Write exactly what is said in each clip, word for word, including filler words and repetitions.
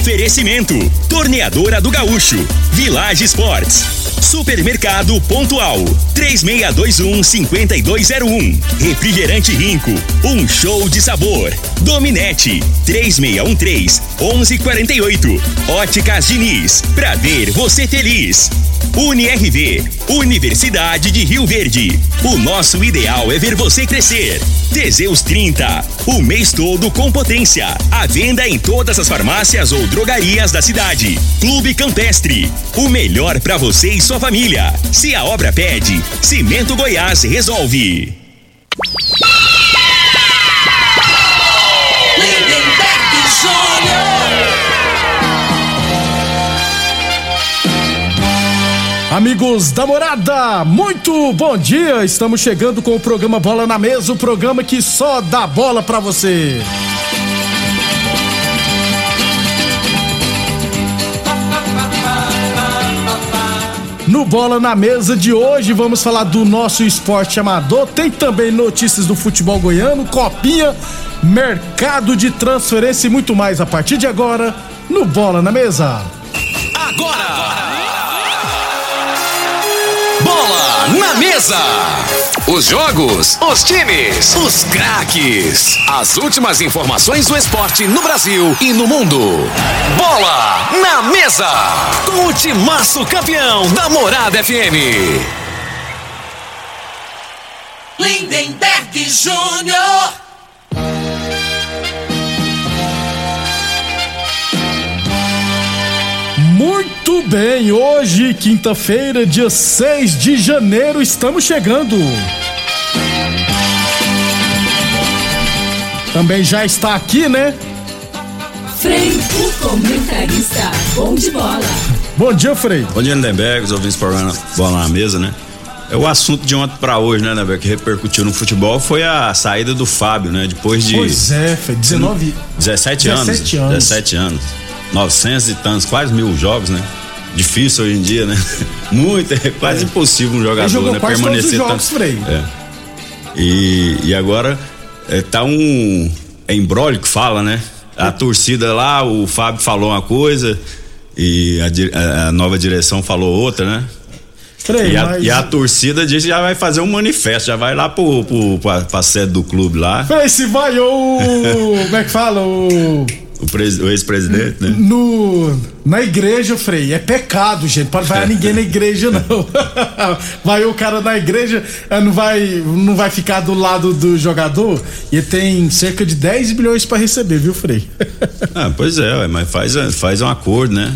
Oferecimento: Torneadora do Gaúcho, Village Sports, Supermercado Pontual, três seis dois um, cinco dois zero um, Refrigerante Rinco, um show de sabor, Dominete, três seis um três, onze quarenta e oito, Óticas Diniz, pra ver você feliz. Uni R V, Universidade de Rio Verde. O nosso ideal é ver você crescer. Teseus trinta, o mês todo com potência. À venda em todas as farmácias ou drogarias da cidade. Clube Campestre, o melhor pra você e sua família. Se a obra pede, Cimento Goiás resolve. Lindenberg Júnior. Amigos da Morada, muito bom dia. Estamos chegando com o programa Bola na Mesa, o programa que só dá bola pra você. No Bola na Mesa de hoje vamos falar do nosso esporte amador. Tem também notícias do futebol goiano, copinha, mercado de transferência e muito mais a partir de agora no Bola na Mesa. Agora! Bola na Mesa! Os jogos, os times, os craques. As últimas informações do esporte no Brasil e no mundo. Bola na Mesa! Com o timaço campeão da Morada F M. Lindenberg Júnior. Muito bem, hoje, quinta-feira, dia seis de janeiro, estamos chegando. Também já está aqui, né? Frei, o comentarista bom de bola. Bom dia, Frei. Bom dia, Lindenberg, os ouvintes do programa Bola na Mesa, né? É o assunto de ontem pra hoje, né, Lindenberg, que repercutiu no futebol foi a saída do Fábio, né? Depois de... Pois é, Frei, dezenove... dezessete anos. dezessete anos. dezessete anos. novecentos e tantos, quase mil jogos, né? Difícil hoje em dia, né? Muito, é quase é. impossível um jogador, né? Permanecer tanto. Frei. É. E, e agora é, tá um embrólio que fala, né? A torcida lá, o Fábio falou uma coisa e a, a nova direção falou outra, né? Frei, e, a, mas... e a torcida disse que já vai fazer um manifesto, já vai lá pro, pro, pra, pra sede do clube lá. Frei, se vai o... como é que fala? O... O, pres, o ex-presidente, né? No, na igreja, Frei, é pecado, gente. Pode vai ninguém na igreja, não. Vai o cara na igreja, não vai, não vai ficar do lado do jogador. E ele tem cerca de dez milhões pra receber, viu, Frei? Ah, pois é, mas faz, faz um acordo, né?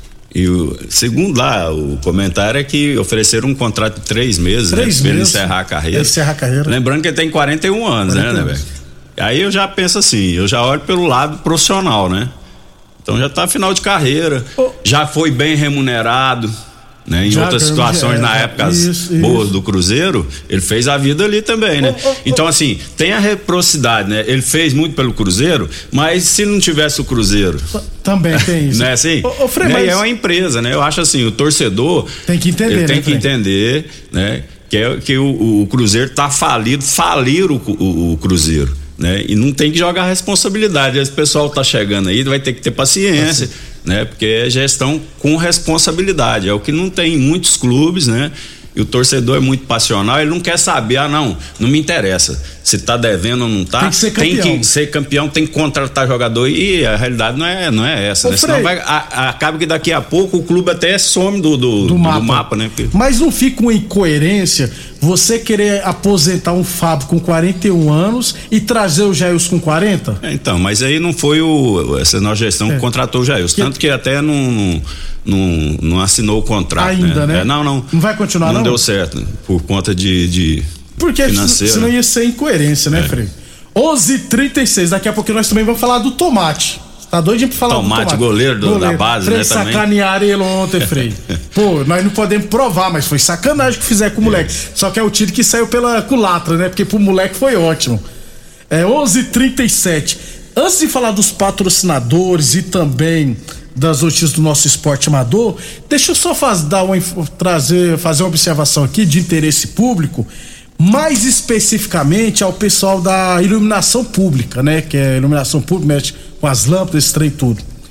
E o, segundo lá, o comentário é que ofereceram um contrato de três meses, três né? Pra ele meses. encerrar a carreira. Encerrar a carreira. Lembrando que ele tem quarenta e um anos, quarenta né, né, velho? Aí eu já penso assim, eu já olho pelo lado profissional, né? Então já tá final de carreira, oh. já foi bem remunerado, né? Em já outras situações, é, na época isso, boas isso. do Cruzeiro, ele fez a vida ali também, né? Oh, oh, então assim, tem a reciprocidade, né? Ele fez muito pelo Cruzeiro, mas se não tivesse o Cruzeiro... Também tem isso. Não é assim? Oh, oh, Frei, né? mas... É uma empresa, né? Eu acho assim, o torcedor... Tem que entender, ele tem né, que entender, né? Que, é, que o, o Cruzeiro tá falido, falir o, o, o Cruzeiro. Né? E não tem que jogar a responsabilidade. Esse pessoal tá chegando aí, vai ter que ter paciência, assim. Né? Porque é gestão com responsabilidade, é o que não tem em muitos clubes, né? E o torcedor é muito passional, ele não quer saber, ah não, não me interessa se tá devendo ou não tá, tem que ser campeão, tem que ser campeão, tem que contratar jogador, e a realidade não é, não é essa, né? Senão vai, a, a, acaba que daqui a pouco o clube até some do, do, do, mapa. do mapa, né? Mas não fica uma incoerência você querer aposentar um Fábio com quarenta e um anos e trazer o Jailson com quarenta? É, então, mas aí não foi o, essa nova gestão é. que contratou o Jailson, que... tanto que até não, não, não, não assinou o contrato. Ainda, né? né? É, não, não. Não vai continuar, não? Não deu certo, né? Por conta de, de Porque financeiro. Senão ia ser incoerência, né, é. Frei? onze e trinta e seis, daqui a pouco nós também vamos falar do Tomate. Tá doidinho pra falar tomate, do Tomate? Goleiro, do, goleiro da base, Frei, né, também. sacanearam ele ontem, Frei. Pô, nós não podemos provar, mas foi sacanagem que fizeram com o moleque. Só que é o tiro que saiu pela culatra, né? Porque pro moleque foi ótimo. É onze e trinta e sete. Antes de falar dos patrocinadores e também das notícias do nosso esporte amador, deixa eu só faz, dar uma, trazer, fazer uma observação aqui de interesse público, mais especificamente ao pessoal da iluminação pública, né? Que é iluminação pública, mexe com as lâmpadas, esse trem tudo.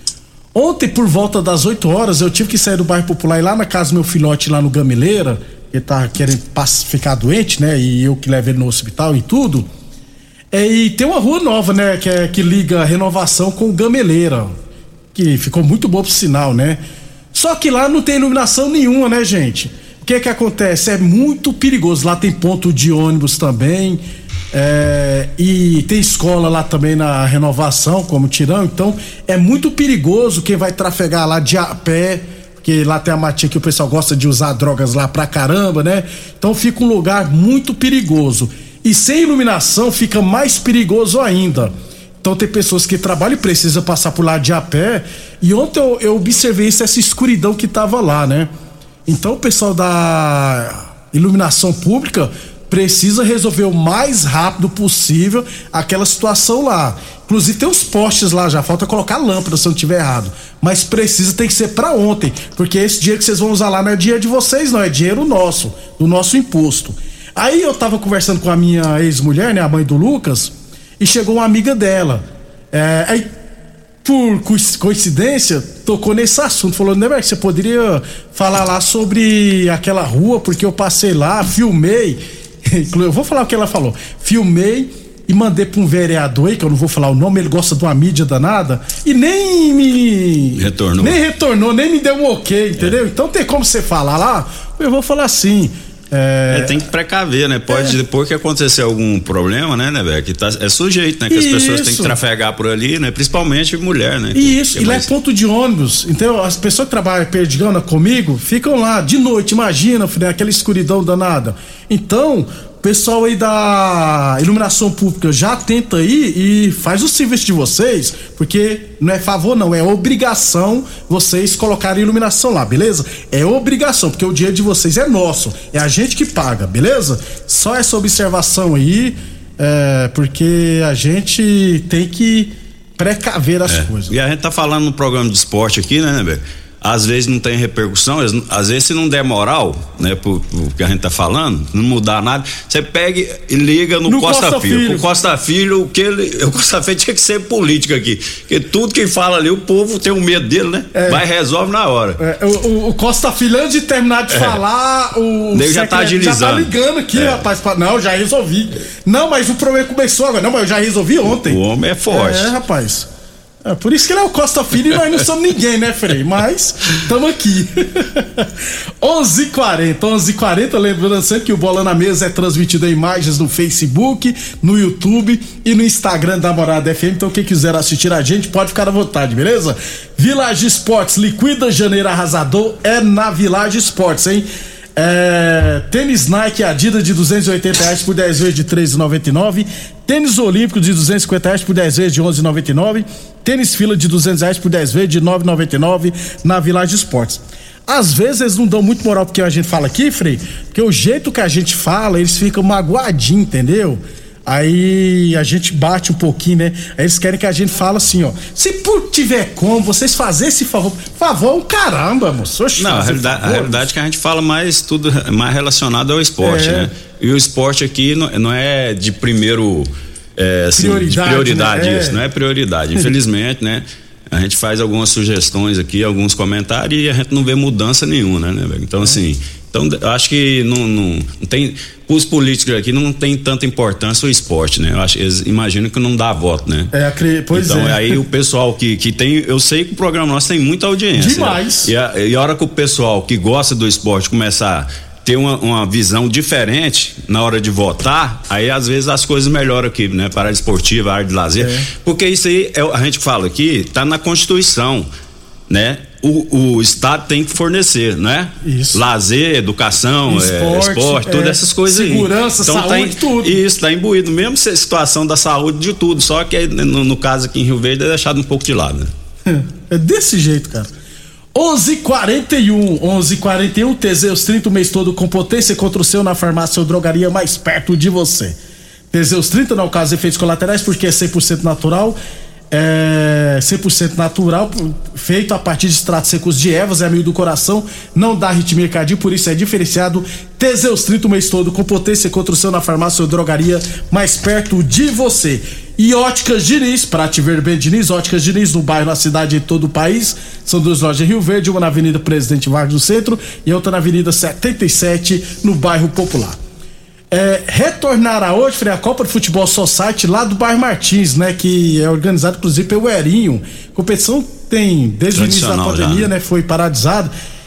Ontem, por volta das oito horas, eu tive que sair do bairro Popular e ir lá na casa do meu filhote, lá no Gameleira, ele tá querendo ficar doente, né? E eu que levo ele no hospital e tudo. É, e tem uma rua nova, né? Que, é, que liga a Renovação com o Gameleira, que ficou muito bom pro sinal, né? Só que lá não tem iluminação nenhuma, né, gente? O que que acontece? É muito perigoso. Lá tem ponto de ônibus também. É, e tem escola lá também na Renovação, como Tirão. Então é muito perigoso quem vai trafegar lá de a pé, porque lá tem a matinha que o pessoal gosta de usar drogas lá pra caramba, né? Então fica um lugar muito perigoso. E sem iluminação fica mais perigoso ainda. Então tem pessoas que trabalham e precisam passar por lá de a pé. E ontem eu, eu observei isso, essa escuridão que tava lá, né? Então o pessoal da iluminação pública precisa resolver o mais rápido possível aquela situação lá. Inclusive tem uns postes lá, já falta colocar lâmpada se eu não estiver errado. Mas precisa, tem que ser pra ontem, porque esse dinheiro que vocês vão usar lá não é dinheiro de vocês não, é dinheiro nosso, do nosso imposto. Aí eu tava conversando com a minha ex-mulher, né, a mãe do Lucas, e chegou uma amiga dela. É, aí, por coincidência, tocou nesse assunto, falou, né, você poderia falar lá sobre aquela rua, porque eu passei lá, filmei. Eu vou falar o que ela falou. Filmei e mandei pra um vereador aí, que eu não vou falar o nome, ele gosta de uma mídia danada, e nem me retornou, nem retornou, nem me deu um ok, entendeu? É. Então tem como você falar lá, eu vou falar assim. É... É, tem que precaver, né? Pode, é. depois que acontecer algum problema, né, né, velho? Que tá, é sujeito, né? Que Isso. as pessoas têm que trafegar por ali, né? Principalmente mulher, né? Isso, que e lá mais... é ponto de ônibus. Então, as pessoas que trabalham perdigana comigo ficam lá de noite, imagina, filho, aquela escuridão danada. Então, o pessoal aí da iluminação pública já tenta aí e faz o serviço de vocês, porque não é favor não, é obrigação vocês colocarem iluminação lá, beleza? É obrigação, porque o dinheiro de vocês é nosso, é a gente que paga, beleza? Só essa observação aí, é, porque a gente tem que precaver as é. coisas. E a gente tá falando no programa de esporte aqui, né, né, velho? Às vezes não tem repercussão, às vezes se não der moral, né, pro, pro que a gente tá falando, não mudar nada, você pega e liga no, no Costa, Costa Filho. Filho. O Costa Filho, o que ele, o Costa Filho tinha que ser político aqui, porque tudo que fala ali, o povo tem um medo dele, né? É. Vai resolve na hora. É, o, o Costa Filho, antes de terminar de é. falar, o Ele já tá agilizando. Já tá ligando aqui, é. rapaz, pra, não, já resolvi. Não, mas o problema começou agora, não, mas eu já resolvi ontem. O homem é forte. É, rapaz. É, por isso que ele é o Costa Filho e nós não somos ninguém, né, Frei? Mas estamos aqui. onze e quarenta, onze e quarenta, lembrando sempre que o Bola na Mesa é transmitido em imagens no Facebook, no YouTube e no Instagram da Morada F M. Então quem quiser assistir a gente pode ficar à vontade, beleza? Village Esportes, liquida janeiro arrasador, é na Village Esportes, hein? É, tênis Nike Adidas de duzentos e oitenta reais por dez vezes de três reais e noventa e nove centavos. Tênis Olímpico de duzentos e cinquenta reais por dez vezes de onze reais e noventa e nove centavos. Tênis Fila de duzentos reais por dez vezes de nove reais e noventa e nove centavos na Village Esportes. Às vezes eles não dão muito moral porque a gente fala aqui, Frei, porque o jeito que a gente fala, eles ficam magoadinhos, entendeu? Aí a gente bate um pouquinho, né? Aí eles querem que a gente fale assim, ó. Se por tiver como, vocês fazerem esse favor. Favor, um caramba, moço. Oxe, não, a realidade, a realidade é que a gente fala mais tudo mais relacionado ao esporte, é. né? E o esporte aqui não, não é de primeiro. É, assim, prioridade, de prioridade, né? Isso, é. não é prioridade. Infelizmente, né? A gente faz algumas sugestões aqui, alguns comentários e a gente não vê mudança nenhuma, né, velho? Então, é. assim. Então, eu acho que não, não, não tem. Os políticos aqui não tem tanta importância o esporte, né? Eu acho, eles imaginam que não dá voto, né? É, pois então, é. aí o pessoal que, que tem. Eu sei que o programa nosso tem muita audiência. Demais. E a, e a hora que o pessoal que gosta do esporte começar a ter uma, uma visão diferente na hora de votar, aí às vezes as coisas melhoram aqui, né? Para a área esportiva, a área de lazer. É. Porque isso aí, é, a gente fala aqui, tá na Constituição, né? O, o Estado tem que fornecer, né? Isso. Lazer, educação, esporte, é, esporte é, todas essas coisas segurança, aí. Segurança, então, saúde, tá, tudo. Isso, tá imbuído, mesmo a situação da saúde, de tudo, só que no, no caso aqui em Rio Verde é deixado um pouco de lado, né? É desse jeito, cara. onze e quarenta e um, onze e quarenta e um, Teseus trinta o mês todo com potência contra o seu na farmácia ou drogaria mais perto de você. Teseus trinta não causa efeitos colaterais porque é cem por cento natural. é cem por cento natural, feito a partir de extratos secos de ervas, é amigo do coração, não dá arritmia cardíaca, por isso é diferenciado. Teseus trinta o mês todo, com potência e construção na farmácia ou drogaria mais perto de você. E Óticas Diniz, pra te ver bem, Diniz, Óticas Diniz, no bairro, na cidade e em todo o país. São duas lojas em Rio Verde, uma na Avenida Presidente Vargas no centro e outra na Avenida setenta e sete, no bairro Popular. É, retornará hoje, Frei, a Copa de Futebol Society lá do bairro Martins, né? Que é organizado inclusive pelo Erinho. A competição tem, desde o início da pandemia, já, né? Foi paralisado.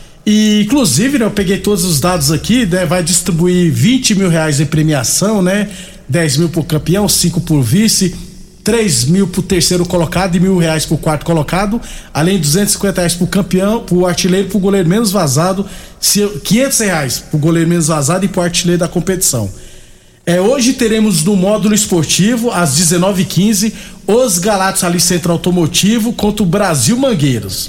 E inclusive, né, eu peguei todos os dados aqui, né? Vai distribuir vinte mil reais em premiação, né? dez mil por campeão, cinco por vice, três mil pro terceiro colocado e mil reais pro quarto colocado, além de duzentos e cinquenta reais pro campeão, pro artilheiro, pro goleiro menos vazado, quinhentos reais pro goleiro menos vazado e pro artilheiro da competição. É, hoje teremos no módulo esportivo, às dezenove e quinze, os Galatos ali Centro Automotivo contra o Brasil Mangueiros.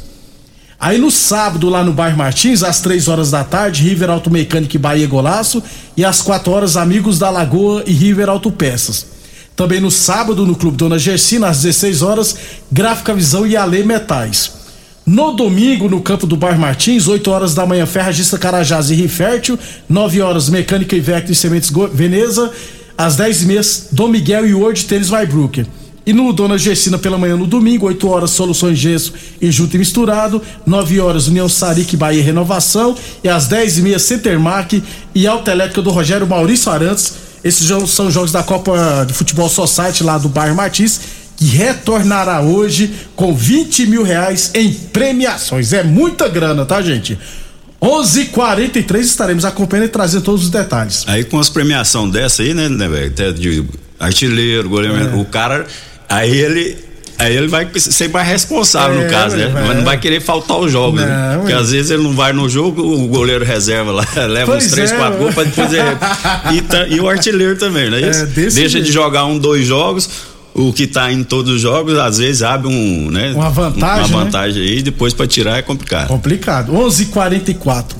Aí no sábado, lá no bairro Martins, às três horas da tarde, River Auto Mecânica e Bahia Golaço, e às quatro horas, Amigos da Lagoa e River Autopeças. Também no sábado, no Clube Dona Gersina, às dezesseis horas, Gráfica Visão e Ale Metais. No domingo, no campo do bairro Martins, oito horas da manhã, Ferragista Carajás e Rifértil, nove horas, Mecânica e Vector e Sementes Veneza, às dez e meia, Dom Miguel e World Tênis Weibrucker. E no Dona Gersina pela manhã no domingo, oito horas, Soluções Gesso e Junto e Misturado, nove horas, União Saric Bahia Renovação, e às dez e meia, Centermark e Autoelétrica do Rogério Maurício Arantes. Esses são jogos da Copa de Futebol Society lá do bairro Martins, que retornará hoje com vinte mil reais em premiações. É muita grana, tá, gente? onze e quarenta e três estaremos acompanhando e trazendo todos os detalhes. Aí com as premiações dessa aí, né, né velho? Até de artilheiro, goleiro, é. o cara, aí ele, aí ele vai ser mais responsável, é, no caso, né? Mas não vai querer faltar os jogos, não, né? Porque às vezes ele não vai no jogo, o goleiro reserva lá, leva pois uns três, é, quatro gols pra depois ele, e, tá, e o artilheiro também, não é isso? É, deixa jeito. de jogar um, dois jogos. O que tá em todos os jogos, às vezes abre um, né? Uma vantagem, Uma vantagem né? aí, depois pra tirar é complicado. Complicado. onze e quarenta e quatro.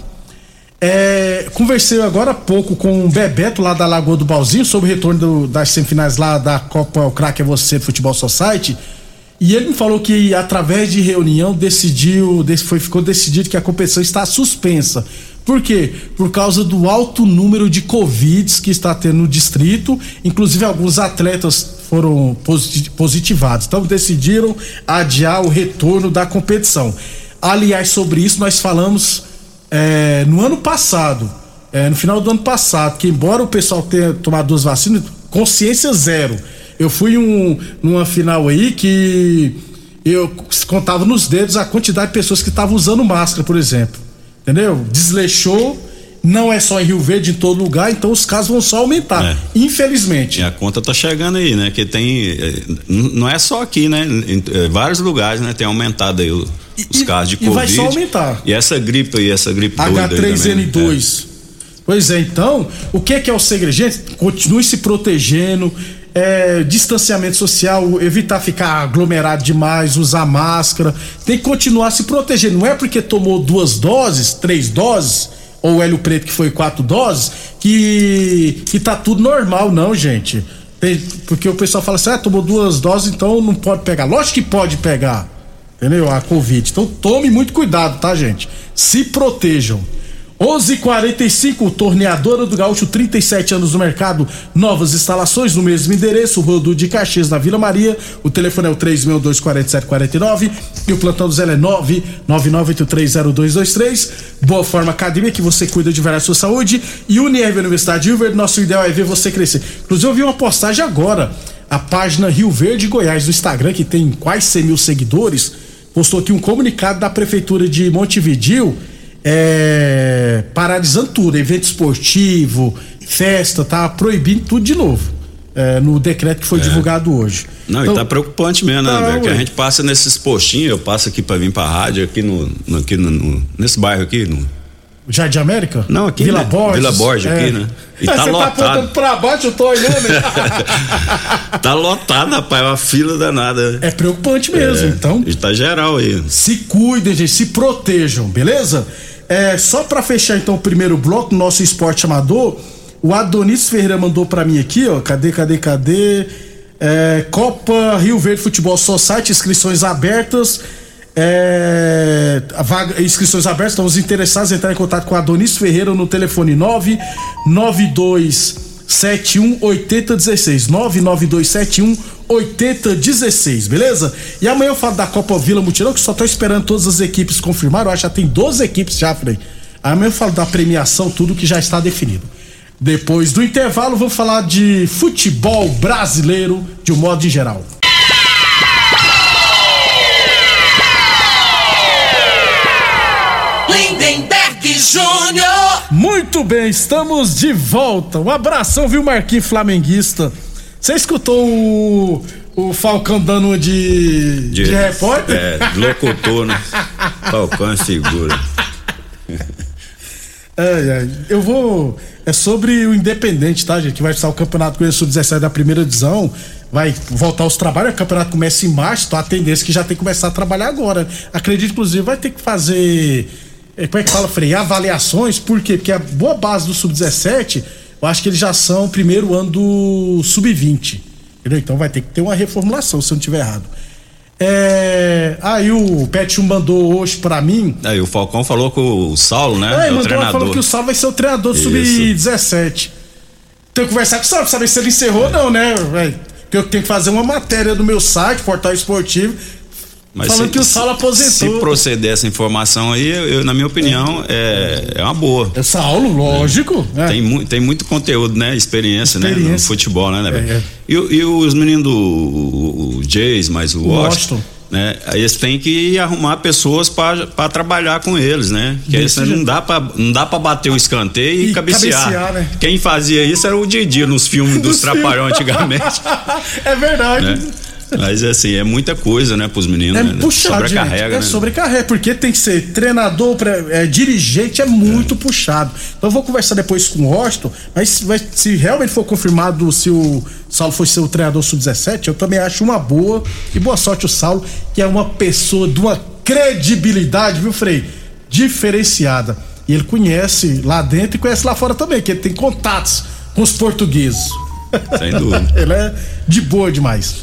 É, conversei agora há pouco com o Bebeto lá da Lagoa do Balzinho sobre o retorno do, das semifinais lá da Copa O Craque é Você do Futebol Society. E ele me falou que através de reunião decidiu, foi, ficou decidido que a competição está suspensa. Por quê? Por causa do alto número de Covids que está tendo no distrito, inclusive alguns atletas foram positivados, então decidiram adiar o retorno da competição. Aliás, sobre isso nós falamos é, no ano passado, é, no final do ano passado, que embora o pessoal tenha tomado duas vacinas, consciência zero. Eu fui um, numa final aí que eu contava nos dedos a quantidade de pessoas que estavam usando máscara, por exemplo. Entendeu? Desleixou, não é só em Rio Verde, em todo lugar, então os casos vão só aumentar, é. infelizmente. E a conta tá chegando aí, né? Que tem, não é só aqui, né? Em vários lugares, né? Tem aumentado aí os e, casos de e Covid. E vai só aumentar. E essa gripe aí, essa gripe H três N dois. É. Pois é, então, o que é que é o segredo? Gente, continue se protegendo, é, distanciamento social, evitar ficar aglomerado demais, usar máscara, tem que continuar se protegendo. Não é porque tomou duas doses, três doses, ou o Hélio Preto que foi quatro doses, que, que tá tudo normal, não, gente. Tem, porque o pessoal fala assim, ah, tomou duas doses, então não pode pegar. Lógico que pode pegar, entendeu? A Covid. Então tome muito cuidado, tá, gente? Se protejam. onze e quarenta e cinco, Torneadora do Gaúcho, trinta e sete anos no mercado, novas instalações no mesmo endereço, Rodul de Caxias, na Vila Maria. O telefone é o três seis dois, quatro sete quatro nove e o plantão do Zé é nove nove nove oito três zero dois dois três. Boa Forma Academia, que você cuida de verdade da sua saúde, e Unirv Universidade de Rio Verde. Nosso ideal é ver você crescer. Inclusive eu vi uma postagem agora, a página Rio Verde Goiás no Instagram, que tem quase cem mil seguidores, postou aqui um comunicado da Prefeitura de Montevidéu, É, paralisando tudo, evento esportivo, festa, tá proibindo tudo de novo, é, no decreto que foi é. divulgado hoje. Não, então, e tá preocupante mesmo, né, velho? Que a gente passa nesses postinhos, eu passo aqui pra vir pra rádio, aqui no, no, aqui no, no nesse bairro aqui, no Jardim América? Não, aqui, Vila né? Borges. Vila Borges é. aqui, né? E é, tá você lotado. Tá apontando pra baixo, eu tô olhando. Tá lotado, rapaz, uma fila danada. É preocupante mesmo, é, então. Tá geral aí. Se cuidem, gente, se protejam, beleza? É, só pra fechar então o primeiro bloco, nosso esporte amador, o Adonis Ferreira mandou pra mim aqui, ó, cadê, cadê, cadê? É, Copa Rio Verde Futebol Society, inscrições abertas. É, a vaga, inscrições abertas, então os interessados entrar em contato com a Adonis Ferreira no telefone nove nove dois sete um oito zero um seis, nove nove dois sete um oito zero um seis, beleza? E amanhã eu falo da Copa Vila Mutirão, que só tô esperando todas as equipes confirmar. Eu acho que já tem doze equipes já, Frei. Amanhã eu falo da premiação, tudo que já está definido. Depois do intervalo, vou falar de futebol brasileiro de um modo em geral. Lindenberg Júnior. Muito bem, estamos de volta. Um abração, viu, Marquinhos flamenguista? Você escutou o, o Falcão dando uma de, de, de repórter? É, locutor, né? Falcão é figura. É, é, eu vou. É sobre o Independente, tá, gente? Que vai estar o campeonato com o sub dezessete da primeira divisão. Vai voltar aos trabalhos. O campeonato começa em março, então a tendência é que já tem que começar a trabalhar agora. Acredito, inclusive, vai ter que fazer. Como é que fala, Frei? Avaliações, por quê? Porque a boa base do sub dezessete, eu acho que eles já são o primeiro ano do sub vinte. Entendeu? Então vai ter que ter uma reformulação, se eu não estiver errado. É... Aí o Petson mandou hoje pra mim. Aí o Falcão falou com o Saulo, né? É, é ele o mandou, treinador. falou que o Saulo vai ser o treinador do sub dezessete. Tenho que conversar com o Saulo pra saber se ele encerrou ou não, né, velho? Porque eu tenho que fazer uma matéria do meu site, Portal Esportivo, mas falando se, que o Saulo aposentou. Se proceder essa informação aí, eu, na minha opinião, é, é uma boa. É Saulo, lógico. É. É. Tem, mu- tem muito conteúdo, né? Experiência, Experiência. né? No futebol, né, né? É, é. E, e os meninos do o, o Jays, mais o, o Washington, Washington, né? Aí eles têm que arrumar pessoas para trabalhar com eles, né? Que isso não dá para não dá para bater o escanteio e, e cabecear. cabecear né? Quem fazia isso era o Didi nos filmes dos Trapalhões antigamente. É verdade. Né? Mas assim, é muita coisa, né, pros meninos. É né? puxado, sobrecarrega, gente. É né? sobrecarrega, porque tem que ser treinador, é, dirigente, é muito é. puxado. Então eu vou conversar depois com o Washington, mas vai, se realmente for confirmado se o Saulo for ser o treinador sub dezessete, eu também acho uma boa, e boa sorte o Saulo, que é uma pessoa de uma credibilidade, viu, Frei? Diferenciada. E ele conhece lá dentro e conhece lá fora também, que ele tem contatos com os portugueses. Sem dúvida. Ele é de boa demais.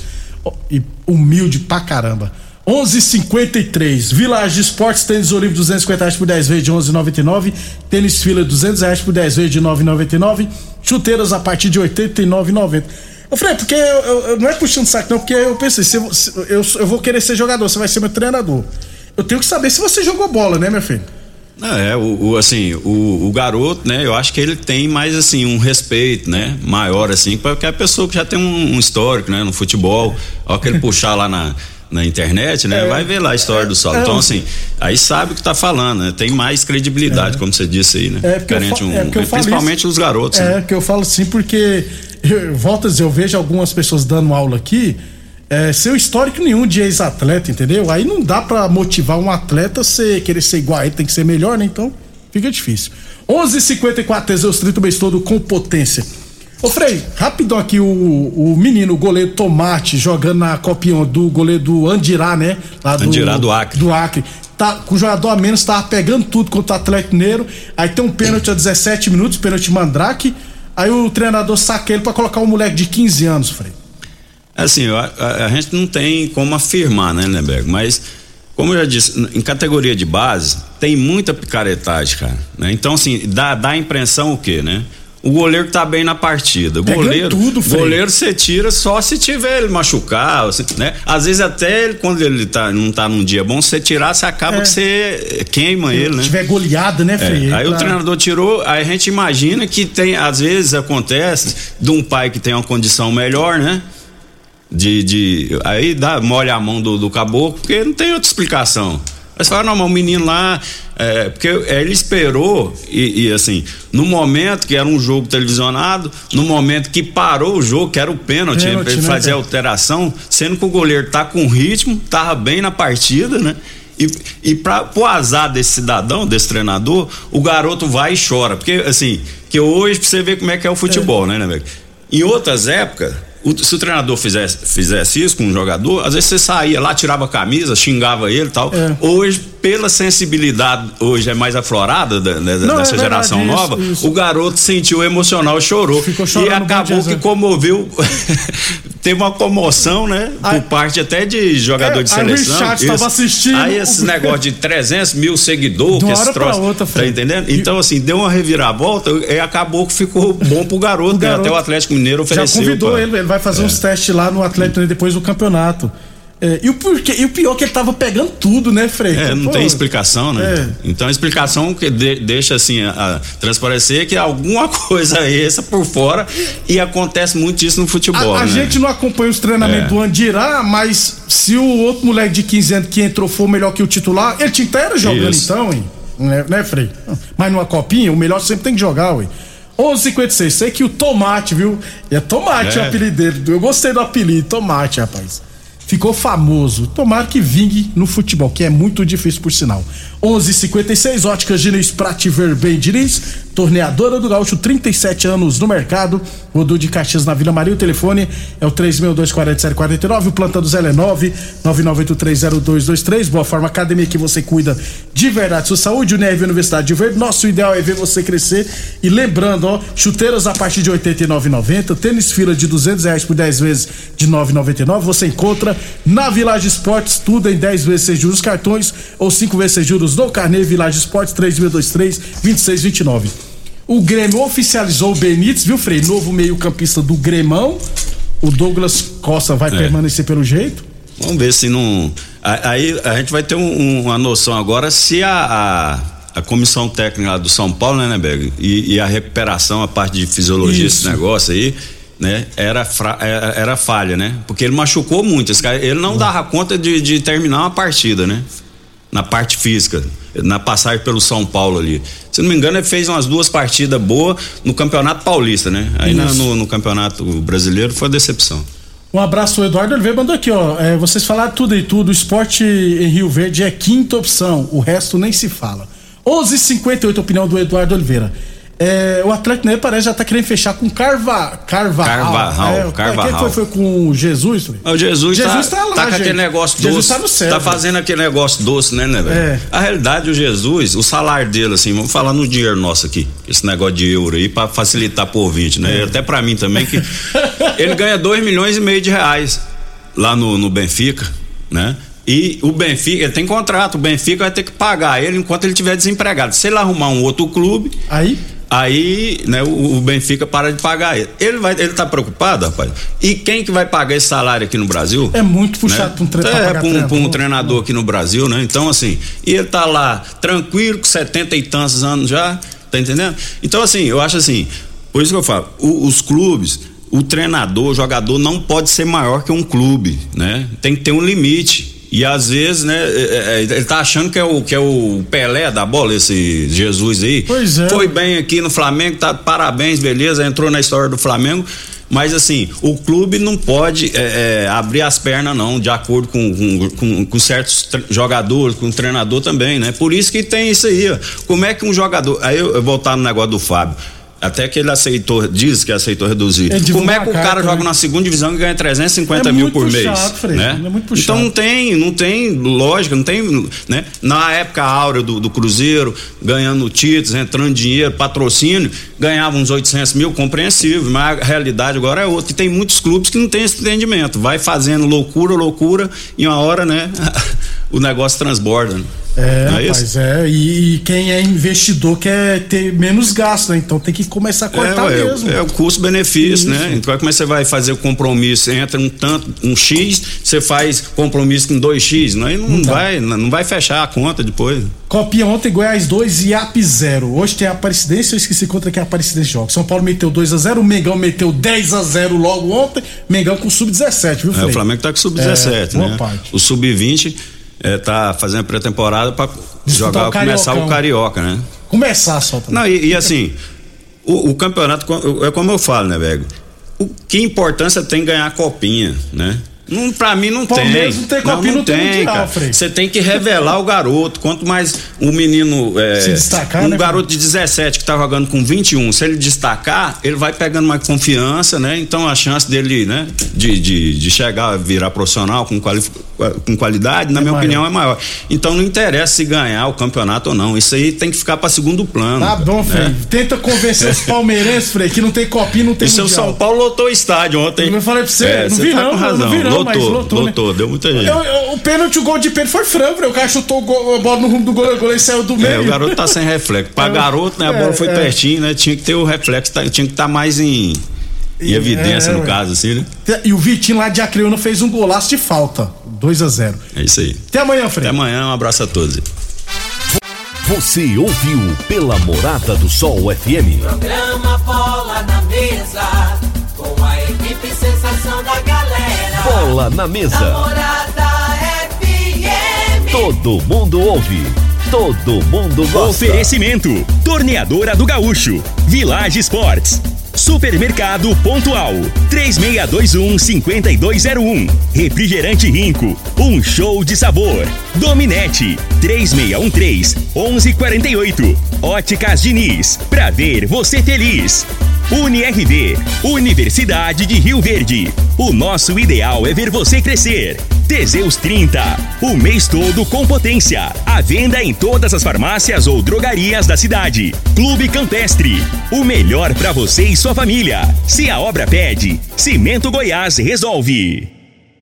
E humilde pra caramba. onze e cinquenta e três. Village Esportes, tênis Olive duzentos e cinquenta reais por dez vezes de onze e noventa e nove. Tênis Fila duzentos reais por dez vezes de nove e noventa e nove. Chuteiras a partir de oitenta e nove e noventa. Eu falei, porque eu, eu, eu não é puxando saco não, porque eu pensei, se eu, se eu, eu vou querer ser jogador, você vai ser meu treinador. Eu tenho que saber se você jogou bola, né, meu filho? É, o, o assim, o, o garoto, né, eu acho que ele tem mais, assim, um respeito, né, maior, assim, porque é a pessoa que já tem um, um histórico, né, no futebol, ao que ele puxar lá na, na internet, né, é, vai ver lá a história é, do Saulo. É, então, assim, aí sabe o que tá falando, né, tem mais credibilidade, é, como você disse aí, né, é porque um, é porque principalmente isso, os garotos. É, né? que eu falo assim, porque, eu, volta a dizer, eu vejo algumas pessoas dando aula aqui, É, seu histórico nenhum de ex-atleta, entendeu? Aí não dá pra motivar um atleta a ser, querer ser igual a ele, tem que ser melhor, né? Então fica difícil. onze e cinquenta e quatro, Teseus trinta o mês todo com potência. Ô Frei, rapidão aqui, o, o menino, o goleiro Tomate, jogando na copinha do goleiro do Andirá, né? Lá do, Andirá do Acre. Do Acre. Tá, com o jogador a menos, tava pegando tudo contra o Atlético Mineiro. Aí tem um pênalti a dezessete minutos, pênalti Mandrake. Aí o treinador saca ele pra colocar um moleque de quinze anos, Frei. Assim, a, a, a gente não tem como afirmar, né, Neberg? Mas, como eu já disse, em categoria de base, tem muita picaretagem, cara. Né? Então, assim, dá, dá a impressão o quê, né? O goleiro tá bem na partida. O goleiro, tudo, goleiro você tira só se tiver ele machucar, né? Às vezes até ele, quando ele tá, não tá num dia bom, você tirar, você acaba é. que você queima ele, né? Se tiver goleada, né, Frei? É. Aí claro. O treinador tirou, aí a gente imagina que tem, às vezes acontece de um pai que tem uma condição melhor, né? De, de, aí dá, molha a mão do, do caboclo, porque não tem outra explicação. Aí você fala, não, mas o menino lá, é, porque ele esperou, e, e assim, no momento que era um jogo televisionado, no momento que parou o jogo, que era o pênalti, pênalti ele né, fazer a alteração, sendo que o goleiro tá com ritmo, tava bem na partida, né? E, e pra, pro azar desse cidadão, desse treinador, o garoto vai e chora, porque assim, que hoje pra você ver como é que é o futebol, é. né, né, em outras épocas, O, se o treinador fizesse, fizesse isso com um jogador, às vezes você saía lá, tirava a camisa, xingava ele e tal. É. Hoje, pela sensibilidade, hoje é mais aflorada da, da, Não, dessa é geração verdade, nova, isso, isso. O garoto sentiu emocional e chorou. E acabou que comoveu teve uma comoção, né? Por Aí, parte até de jogador é, de seleção. Aí o Richard estava assistindo. Aí esse negócio de trezentos mil seguidores, de uma que hora esse troço, pra outra, tá entendendo? Então, assim, deu uma reviravolta e acabou que ficou bom pro garoto, o garoto. Né? Até o Atlético Mineiro ofereceu. Já convidou pra... ele, ele vai fazer é. uns testes lá no Atlético né, depois do campeonato. É, e, o porque, e o pior é que ele tava pegando tudo, né, Frei? É, não Pô, tem explicação, né? É. Então a explicação que de, deixa assim, a, a transparecer que alguma coisa essa por fora e acontece muito isso no futebol. A, a né? gente não acompanha os treinamentos é. do Andirá, mas se o outro moleque de quinze anos que entrou for melhor que o titular, ele tinha que estar jogando isso. Então, hein? Né, né, Frei? Mas numa copinha, o melhor sempre tem que jogar, ué. onze e cinquenta e seis, sei que o Tomate, viu? É Tomate é. o apelido dele. Eu gostei do apelido, Tomate, rapaz. Ficou famoso. Tomara que vingue no futebol, que é muito difícil por sinal. onze e cinquenta e seis, Óticas Diniz, Prate Verben Diniz, torneadora do Gaúcho, trinta e sete anos no mercado. Rodul de Caxias na Vila Maria. O telefone é o três seis dois, quatro sete quatro nove. O plantão do Zé é nove nove nove oito três zero dois dois três. Boa Forma Academia, que você cuida de verdade sua saúde. Unirv Universidade de Verde. Nosso ideal é ver você crescer. E lembrando, ó, chuteiras a partir de oitenta e nove reais e noventa centavos. Tênis fila de duzentos reais por dez vezes de nove reais e noventa e nove centavos. Você encontra na Village Esportes, tudo em dez vezes sem juros cartões ou cinco vezes sem juros no carnê. Village Esportes, três seis dois três, dois seis dois nove. O Grêmio oficializou o Benítez, viu, Frei? Novo meio-campista do Grêmão. O Douglas Costa vai é. permanecer pelo jeito. Vamos ver se não. Aí a gente vai ter um, uma noção agora se a, a, a comissão técnica do São Paulo, né, Neberg? E, e a recuperação, a parte de fisiologia, Isso. esse negócio aí, né? Era, fra, era, era falha, né? Porque ele machucou muito. Esse cara, ele não dava conta de, de terminar uma partida, né? Na parte física, na passagem pelo São Paulo ali. Se não me engano, ele fez umas duas partidas boas no Campeonato Paulista, né? Aí na, no, no Campeonato Brasileiro foi a decepção. Um abraço, o Eduardo Oliveira mandou aqui, ó. É, vocês falaram tudo e tudo. O esporte em Rio Verde é quinta opção, o resto nem se fala. onze e cinquenta e oito, opinião do Eduardo Oliveira. É, o Atlético Mineiro parece já tá querendo fechar com Carva, Carvajal. Carvajal, é, Carvajal. Quem foi, foi com o Jesus? Foi? O Jesus, Jesus tá, tá lá, tá com aquele negócio doce. Jesus tá no céu. Tá fazendo aquele negócio doce, né, né, velho? É. A realidade, o Jesus, o salário dele, assim, vamos falar no dinheiro nosso aqui, esse negócio de euro aí, pra facilitar pro ouvinte, né? É. Até pra mim também, que ele ganha dois milhões e meio de reais lá no, no Benfica, né? E o Benfica, ele tem contrato, o Benfica vai ter que pagar ele enquanto ele estiver desempregado. Se ele arrumar um outro clube, aí Aí, né, o, o Benfica para de pagar ele. Ele vai, ele tá preocupado, rapaz. E quem que vai pagar esse salário aqui no Brasil? É muito puxado, né? Pra um treinador. É, pra um, pra um treinador aqui no Brasil, né? Então, assim, e ele tá lá tranquilo, com setenta e tantos anos já, tá entendendo? Então, assim, eu acho assim, por isso que eu falo, o, os clubes, o treinador, o jogador não pode ser maior que um clube, né? Tem que ter um limite. E às vezes, né, ele tá achando que é o, que é o Pelé da bola, esse Jesus aí. Pois é. Foi bem aqui no Flamengo, tá, parabéns, beleza, entrou na história do Flamengo. Mas assim, o clube não pode é, é, abrir as pernas não, de acordo com, com, com, com certos jogadores, com o treinador também, né? Por isso que tem isso aí, ó. Como é que um jogador, aí eu, eu voltar no negócio do Fábio, até que ele aceitou, diz que aceitou reduzir. Como é que o cara joga na segunda divisão e ganha trezentos e cinquenta é mil por puxado, mês? Frei, Né? É muito puxado. Então não tem, não tem lógica, não tem, né? Na época áurea do, do Cruzeiro, ganhando títulos, entrando dinheiro, patrocínio, ganhava uns oitocentos mil, compreensível, mas a realidade agora é outra. E tem muitos clubes que não tem esse entendimento. Vai fazendo loucura, loucura, e uma hora, né? O negócio transborda, né? É, é rapaz, é, e, e quem é investidor quer ter menos gasto, né? Então tem que começar a cortar é, mesmo. É, é o custo-benefício, né? Então como é que você vai fazer o compromisso? Entra um tanto, um X, você faz compromisso com dois X, não, não, não vai, não vai fechar a conta depois. Copinha ontem, Goiás dois e I A P zero. Hoje tem a Aparecidense, eu esqueci contra que a Aparecidense joga. São Paulo meteu dois a zero, o Mengão meteu dez a zero logo ontem, Mengão com sub dezessete, viu, Frei? É, o Flamengo tá com sub dezessete, é, né? Parte. O sub vinte É, tá fazendo pré-temporada pra jogar, o começar o Carioca, né? Começar só também. Não, e, e assim, o, o campeonato, é como eu falo, né, velho? O que importância tem ganhar a copinha, né? Não, pra mim não Palmeiras tem. Não tem copinha, não, não, não tem, tem mundial, cara. Frei. Você tem que revelar o garoto. Quanto mais o menino. É, se destacar, um né, garoto de dezessete que tá jogando com vinte e um, se ele destacar, ele vai pegando mais confiança, né? Então a chance dele, né, de, de, de chegar a virar profissional com qualificação. com qualidade, na é minha maior. opinião, é maior. Então não interessa se ganhar o campeonato ou não. Isso aí tem que ficar para segundo plano. Tá bom, Frei. né? Tenta convencer os palmeirenses, Frei, que não tem copinha, não tem E seu mundial. São Paulo lotou o estádio ontem. Eu falei pra você, é, não você vi tá não, com razão. não vi não, lotou, mas lotou, lotou, né? deu muita gente. Eu, eu, o pênalti, o gol de pênalti foi franco, Frei. O cara chutou o gol, a bola no rumo do goleiro, o goleiro saiu do meio. É, o garoto tá sem reflexo. Pra É, garoto, né, a bola é, foi é. pertinho, né? Tinha que ter o reflexo, tá- tinha que estar mais em, em evidência É, no ué. caso, assim, né? E o Vitinho lá de Acreúna fez um golaço de falta. dois a zero. É isso aí. Até amanhã, Frei. Até amanhã, um abraço a todos. Você ouviu pela Morada do Sol F M. Programa Bola na Mesa, com a equipe sensação da galera. Bola na mesa. Morada F M. Todo mundo ouve. Todo mundo gosta. Oferecimento: Torneadora do Gaúcho, Village Sports, Supermercado Pontual, três seis dois um, cinco dois zero um, Refrigerante Rinco, um show de sabor, Dominete, três seis um três, onze quarenta e oito, Óticas Diniz, pra ver você feliz. Uni R V, Universidade de Rio Verde. O nosso ideal é ver você crescer. Teseus trinta, o mês todo com potência. À venda em todas as farmácias ou drogarias da cidade. Clube Campestre, o melhor para você e sua família. Se a obra pede, Cimento Goiás resolve.